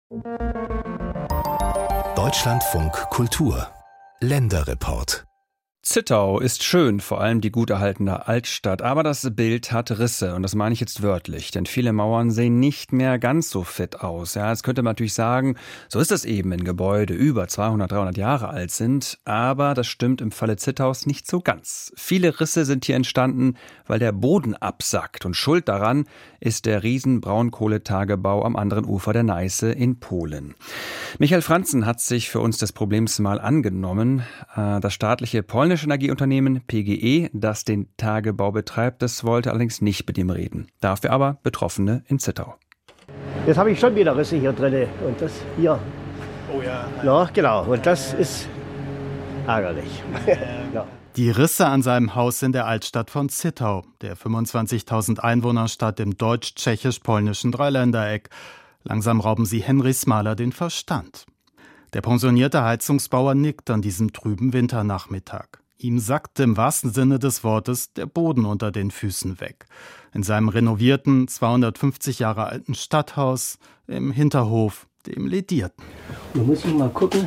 Deutschlandfunk Kultur Länderreport. Zittau ist schön, vor allem die gut erhaltene Altstadt, aber das Bild hat Risse und das meine ich jetzt wörtlich, denn viele Mauern sehen nicht mehr ganz so fit aus. Ja, jetzt könnte man natürlich sagen, so ist es eben, wenn Gebäude über 200, 300 Jahre alt sind, aber das stimmt im Falle Zittaus nicht so ganz. Viele Risse sind hier entstanden, weil der Boden absackt und schuld daran ist der riesen Braunkohletagebau am anderen Ufer der Neiße in Polen. Michael Franzen hat sich für uns des Problems mal angenommen. Das staatliche polnische Energieunternehmen PGE, das den Tagebau betreibt, das wollte allerdings nicht mit ihm reden. Dafür aber Betroffene in Zittau. Jetzt habe ich schon wieder Risse hier drin und das hier. Oh ja. Ja, genau. Und das ist ärgerlich. Ja. Die Risse an seinem Haus in der Altstadt von Zittau, der 25.000 Einwohnerstadt im deutsch-tschechisch-polnischen Dreiländereck. Langsam rauben sie Henry Smaler den Verstand. Der pensionierte Heizungsbauer nickt an diesem trüben Winternachmittag. Ihm sackt im wahrsten Sinne des Wortes der Boden unter den Füßen weg. In seinem renovierten, 250 Jahre alten Stadthaus, im Hinterhof, dem ledierten. Nun muss ich mal gucken.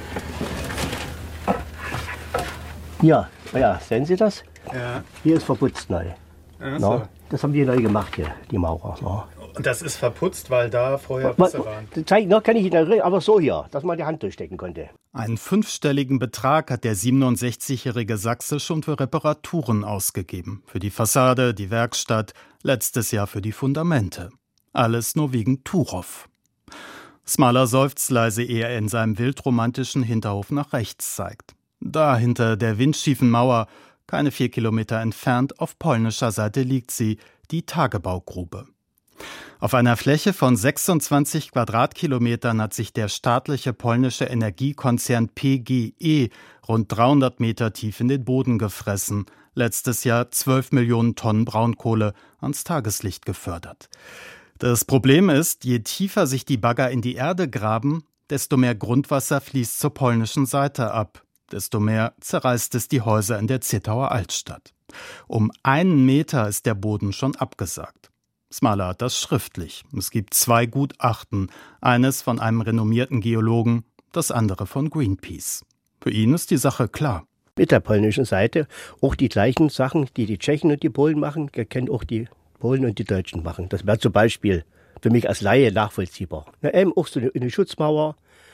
Ja, sehen Sie das? Ja. Hier ist verputzt neu. Ja, No, so. das haben die neu gemacht hier, die Maurer. No. Und das ist verputzt, weil da vorher Risse waren. Kann ich Ihnen, aber so hier, dass man die Hand durchstecken konnte. Einen 5-stelligen Betrag hat der 67-jährige Sachse schon für Reparaturen ausgegeben. Für die Fassade, die Werkstatt, letztes Jahr für die Fundamente. Alles nur wegen Turow. Smaler seufzt leise, ehe er in seinem wildromantischen Hinterhof nach rechts zeigt. Da hinter der windschiefen Mauer, keine 4 Kilometer entfernt, auf polnischer Seite liegt sie, die Tagebaugrube. Auf einer Fläche von 26 Quadratkilometern hat sich der staatliche polnische Energiekonzern PGE rund 300 Meter tief in den Boden gefressen, letztes Jahr 12 Millionen Tonnen Braunkohle ans Tageslicht gefördert. Das Problem ist, je tiefer sich die Bagger in die Erde graben, desto mehr Grundwasser fließt zur polnischen Seite ab, desto mehr zerreißt es die Häuser in der Zittauer Altstadt. Um 1 Meter ist der Boden schon abgesagt. Smaler hat das schriftlich. Es gibt 2 Gutachten, eines von einem renommierten Geologen, das andere von Greenpeace. Für ihn ist die Sache klar. Mit der polnischen Seite auch die gleichen Sachen, die die Tschechen und die Polen machen, können auch die Polen und die Deutschen machen. Das wäre zum Beispiel für mich als Laie nachvollziehbar. Eben auch so eine Schutzmauer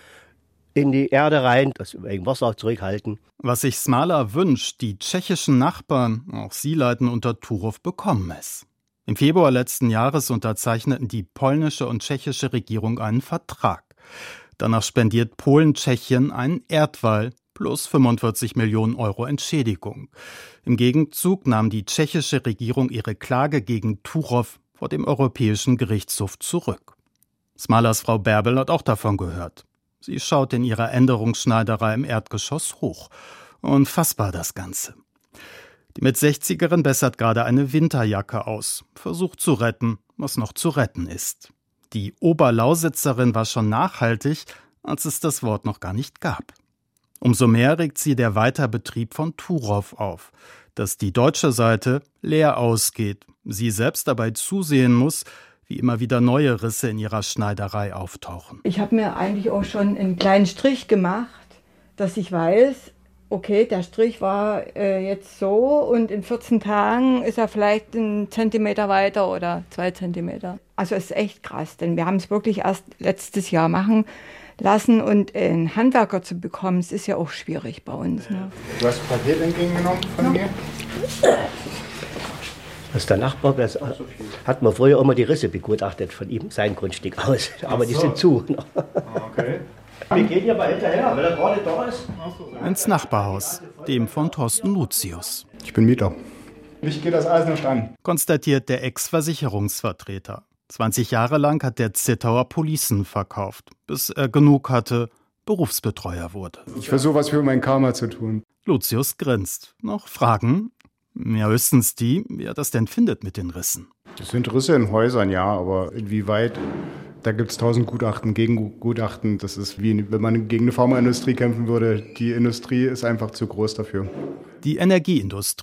in die Erde rein, das wegen Wasser zurückhalten. Was sich Smaler wünscht, die tschechischen Nachbarn, auch sie leiden unter Turow, bekommen es. Im Februar letzten Jahres unterzeichneten die polnische und tschechische Regierung einen Vertrag. Danach spendiert Polen Tschechien einen Erdwall plus 45 Millionen Euro Entschädigung. Im Gegenzug nahm die tschechische Regierung ihre Klage gegen Turow vor dem Europäischen Gerichtshof zurück. Smalers Frau Bärbel hat auch davon gehört. Sie schaut in ihrer Änderungsschneiderei im Erdgeschoss hoch. Unfassbar das Ganze. Die Mit-60erin bessert gerade eine Winterjacke aus, versucht zu retten, was noch zu retten ist. Die Oberlausitzerin war schon nachhaltig, als es das Wort noch gar nicht gab. Umso mehr regt sie der Weiterbetrieb von Turow auf, dass die deutsche Seite leer ausgeht, sie selbst dabei zusehen muss, wie immer wieder neue Risse in ihrer Schneiderei auftauchen. Ich habe mir eigentlich auch schon einen kleinen Strich gemacht, dass ich weiß, okay, der Strich war jetzt so und in 14 Tagen ist er vielleicht 1 Zentimeter weiter oder 2 Zentimeter. Also es ist echt krass, denn wir haben es wirklich erst letztes Jahr machen lassen und einen Handwerker zu bekommen, das ist ja auch schwierig bei uns. Ne? Du hast ein Paket entgegengenommen von mir? Das ist der Nachbar, hat man früher immer die Risse begutachtet von ihm, sein Grundstück aus, aber die sind zu. Okay. Wir gehen hier mal hinterher, weil er gerade da ist. Ins Nachbarhaus, dem von Thorsten Lucius. Ich bin Mieter. Mich geht das alles nicht an. Konstatiert der Ex-Versicherungsvertreter. 20 Jahre lang hat der Zittauer Policen verkauft, bis er genug hatte, Berufsbetreuer wurde. Ich versuche was für mein Karma zu tun. Lucius grinst. Noch Fragen? Ja, höchstens die, wie er das denn findet mit den Rissen. Das sind Risse in Häusern, ja, aber inwieweit? Da gibt es 1000 Gutachten, Gegengutachten. Das ist wie, wenn man gegen eine Pharmaindustrie kämpfen würde. Die Industrie ist einfach zu groß dafür. Die Energieindustrie.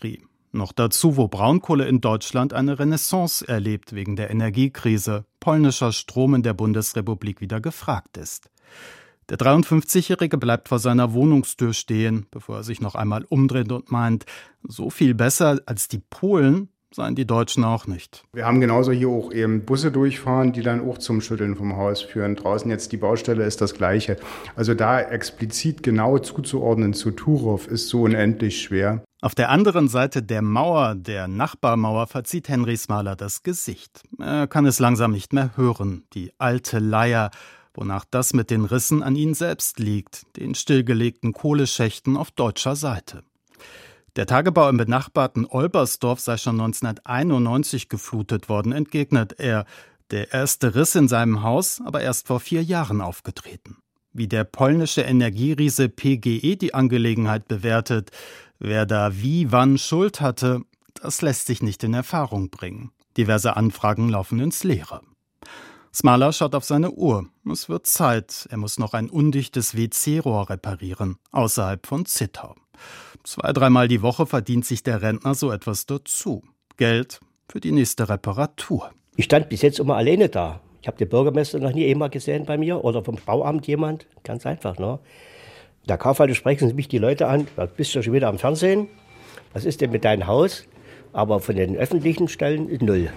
Noch dazu, wo Braunkohle in Deutschland eine Renaissance erlebt wegen der Energiekrise, polnischer Strom in der Bundesrepublik wieder gefragt ist. Der 53-Jährige bleibt vor seiner Wohnungstür stehen, bevor er sich noch einmal umdreht und meint, so viel besser als die Polen seien die Deutschen auch nicht. Wir haben genauso hier auch eben Busse durchfahren, die dann auch zum Schütteln vom Haus führen. Draußen jetzt die Baustelle ist das Gleiche. Also da explizit genau zuzuordnen zu Turów ist so unendlich schwer. Auf der anderen Seite der Mauer, der Nachbarmauer, verzieht Henry Smaler das Gesicht. Er kann es langsam nicht mehr hören, die alte Leier, wonach das mit den Rissen an ihn selbst liegt, den stillgelegten Kohleschächten auf deutscher Seite. Der Tagebau im benachbarten Olbersdorf sei schon 1991 geflutet worden, entgegnet er. Der erste Riss in seinem Haus aber erst vor 4 Jahren aufgetreten. Wie der polnische Energieriese PGE die Angelegenheit bewertet, wer da wie wann Schuld hatte, das lässt sich nicht in Erfahrung bringen. Diverse Anfragen laufen ins Leere. Smaler schaut auf seine Uhr. Es wird Zeit. Er muss noch ein undichtes WC-Rohr reparieren, außerhalb von Zittau. 2-3 Mal die Woche verdient sich der Rentner so etwas dazu. Geld für die nächste Reparatur. Ich stand bis jetzt immer alleine da. Ich habe den Bürgermeister noch nie einmal gesehen bei mir oder vom Bauamt jemand. Ganz einfach, ne? In der Kaufhalle sprechen mich die Leute an, da bist du schon wieder am Fernsehen. Was ist denn mit deinem Haus? Aber von den öffentlichen Stellen ist 0.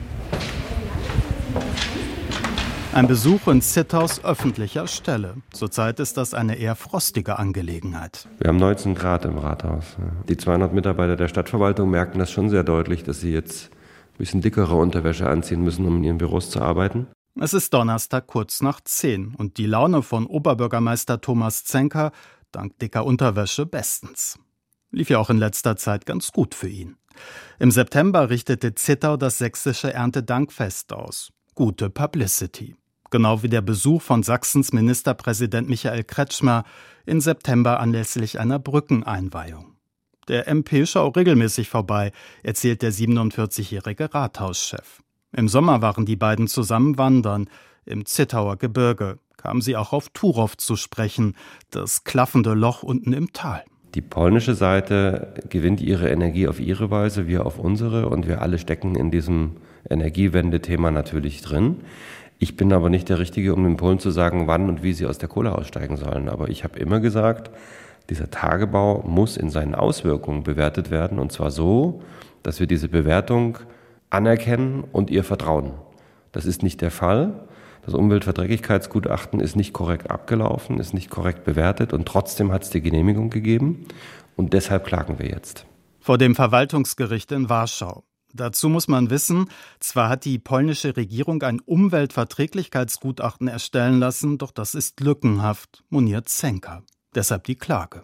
Ein Besuch in Zittaus öffentlicher Stelle. Zurzeit ist das eine eher frostige Angelegenheit. Wir haben 19 Grad im Rathaus. Die 200 Mitarbeiter der Stadtverwaltung merken das schon sehr deutlich, dass sie jetzt ein bisschen dickere Unterwäsche anziehen müssen, um in ihren Büros zu arbeiten. Es ist Donnerstag kurz nach 10 und die Laune von Oberbürgermeister Thomas Zenker dank dicker Unterwäsche bestens. Lief ja auch in letzter Zeit ganz gut für ihn. Im September richtete Zittau das sächsische Erntedankfest aus. Gute Publicity. Genau wie der Besuch von Sachsens Ministerpräsident Michael Kretschmer im September anlässlich einer Brückeneinweihung. Der MP schaut regelmäßig vorbei, erzählt der 47-jährige Rathauschef. Im Sommer waren die beiden zusammen wandern. Im Zittauer Gebirge kamen sie auch auf Turów zu sprechen, das klaffende Loch unten im Tal. Die polnische Seite gewinnt ihre Energie auf ihre Weise, wir auf unsere, und wir alle stecken in diesem Energiewende-Thema natürlich drin. Ich bin aber nicht der Richtige, um den Polen zu sagen, wann und wie sie aus der Kohle aussteigen sollen. Aber ich habe immer gesagt, dieser Tagebau muss in seinen Auswirkungen bewertet werden, und zwar so, dass wir diese Bewertung anerkennen und ihr vertrauen. Das ist nicht der Fall. Das Umweltverträglichkeitsgutachten ist nicht korrekt abgelaufen, ist nicht korrekt bewertet, und trotzdem hat es die Genehmigung gegeben, und deshalb klagen wir jetzt. Vor dem Verwaltungsgericht in Warschau. Dazu muss man wissen, zwar hat die polnische Regierung ein Umweltverträglichkeitsgutachten erstellen lassen, doch das ist lückenhaft, moniert Zenker. Deshalb die Klage.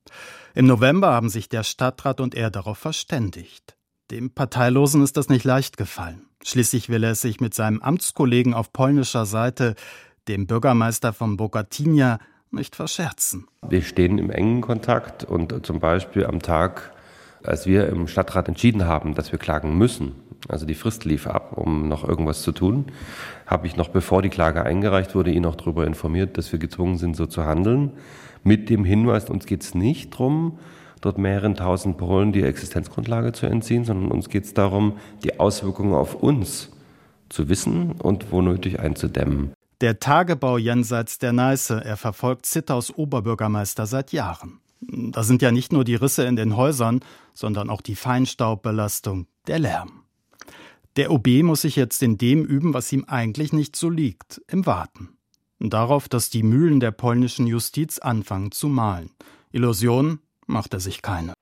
Im November haben sich der Stadtrat und er darauf verständigt. Dem Parteilosen ist das nicht leicht gefallen. Schließlich will er sich mit seinem Amtskollegen auf polnischer Seite, dem Bürgermeister von Bogatynia, nicht verscherzen. Wir stehen im engen Kontakt, und zum Beispiel am Tag, als wir im Stadtrat entschieden haben, dass wir klagen müssen, also die Frist lief ab, um noch irgendwas zu tun, habe ich noch, bevor die Klage eingereicht wurde, ihn auch darüber informiert, dass wir gezwungen sind, so zu handeln, mit dem Hinweis, uns geht es nicht darum, dort mehreren tausend Polen die Existenzgrundlage zu entziehen, sondern uns geht es darum, die Auswirkungen auf uns zu wissen und wo nötig einzudämmen. Der Tagebau jenseits der Neiße, er verfolgt Zittaus Oberbürgermeister seit Jahren. Da sind ja nicht nur die Risse in den Häusern, sondern auch die Feinstaubbelastung, der Lärm. Der OB muss sich jetzt in dem üben, was ihm eigentlich nicht so liegt, im Warten. Darauf, dass die Mühlen der polnischen Justiz anfangen zu mahlen. Illusionen macht er sich keine.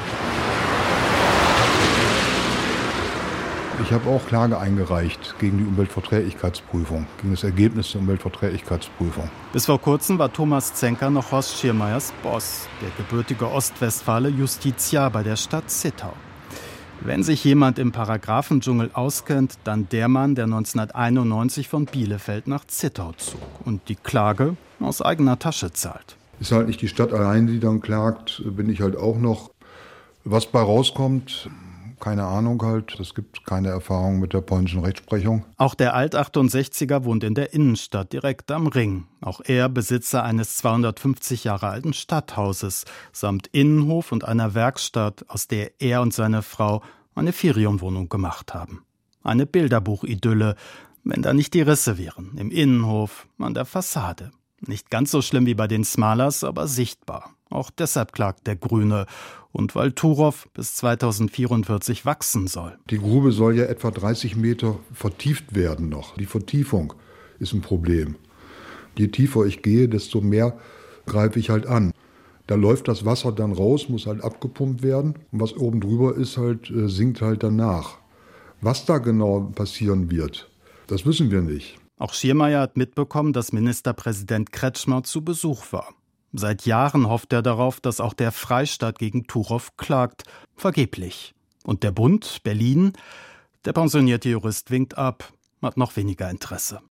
Ich habe auch Klage eingereicht gegen die Umweltverträglichkeitsprüfung, gegen das Ergebnis der Umweltverträglichkeitsprüfung. Bis vor kurzem war Thomas Zenker noch Horst Schirmeyers Boss, der gebürtige Ostwestfale Justiziar bei der Stadt Zittau. Wenn sich jemand im Paragraphendschungel auskennt, dann der Mann, der 1991 von Bielefeld nach Zittau zog und die Klage aus eigener Tasche zahlt. Ist halt nicht die Stadt allein, die dann klagt, bin ich halt auch noch. Was bei rauskommt, keine Ahnung halt. Es gibt keine Erfahrung mit der polnischen Rechtsprechung. Auch der Alt-68er wohnt in der Innenstadt, direkt am Ring. Auch er Besitzer eines 250 Jahre alten Stadthauses, samt Innenhof und einer Werkstatt, aus der er und seine Frau eine Ferienwohnung gemacht haben. Eine Bilderbuchidylle, wenn da nicht die Risse wären, im Innenhof, an der Fassade. Nicht ganz so schlimm wie bei den Smalers, aber sichtbar. Auch deshalb klagt der Grüne. Und weil Turów bis 2044 wachsen soll. Die Grube soll ja etwa 30 Meter vertieft werden noch. Die Vertiefung ist ein Problem. Je tiefer ich gehe, desto mehr greife ich halt an. Da läuft das Wasser dann raus, muss halt abgepumpt werden. Und was oben drüber ist, sinkt halt danach. Was da genau passieren wird, das wissen wir nicht. Auch Schiermeier hat mitbekommen, dass Ministerpräsident Kretschmer zu Besuch war. Seit Jahren hofft er darauf, dass auch der Freistaat gegen Turów klagt. Vergeblich. Und der Bund, Berlin, der pensionierte Jurist winkt ab, hat noch weniger Interesse.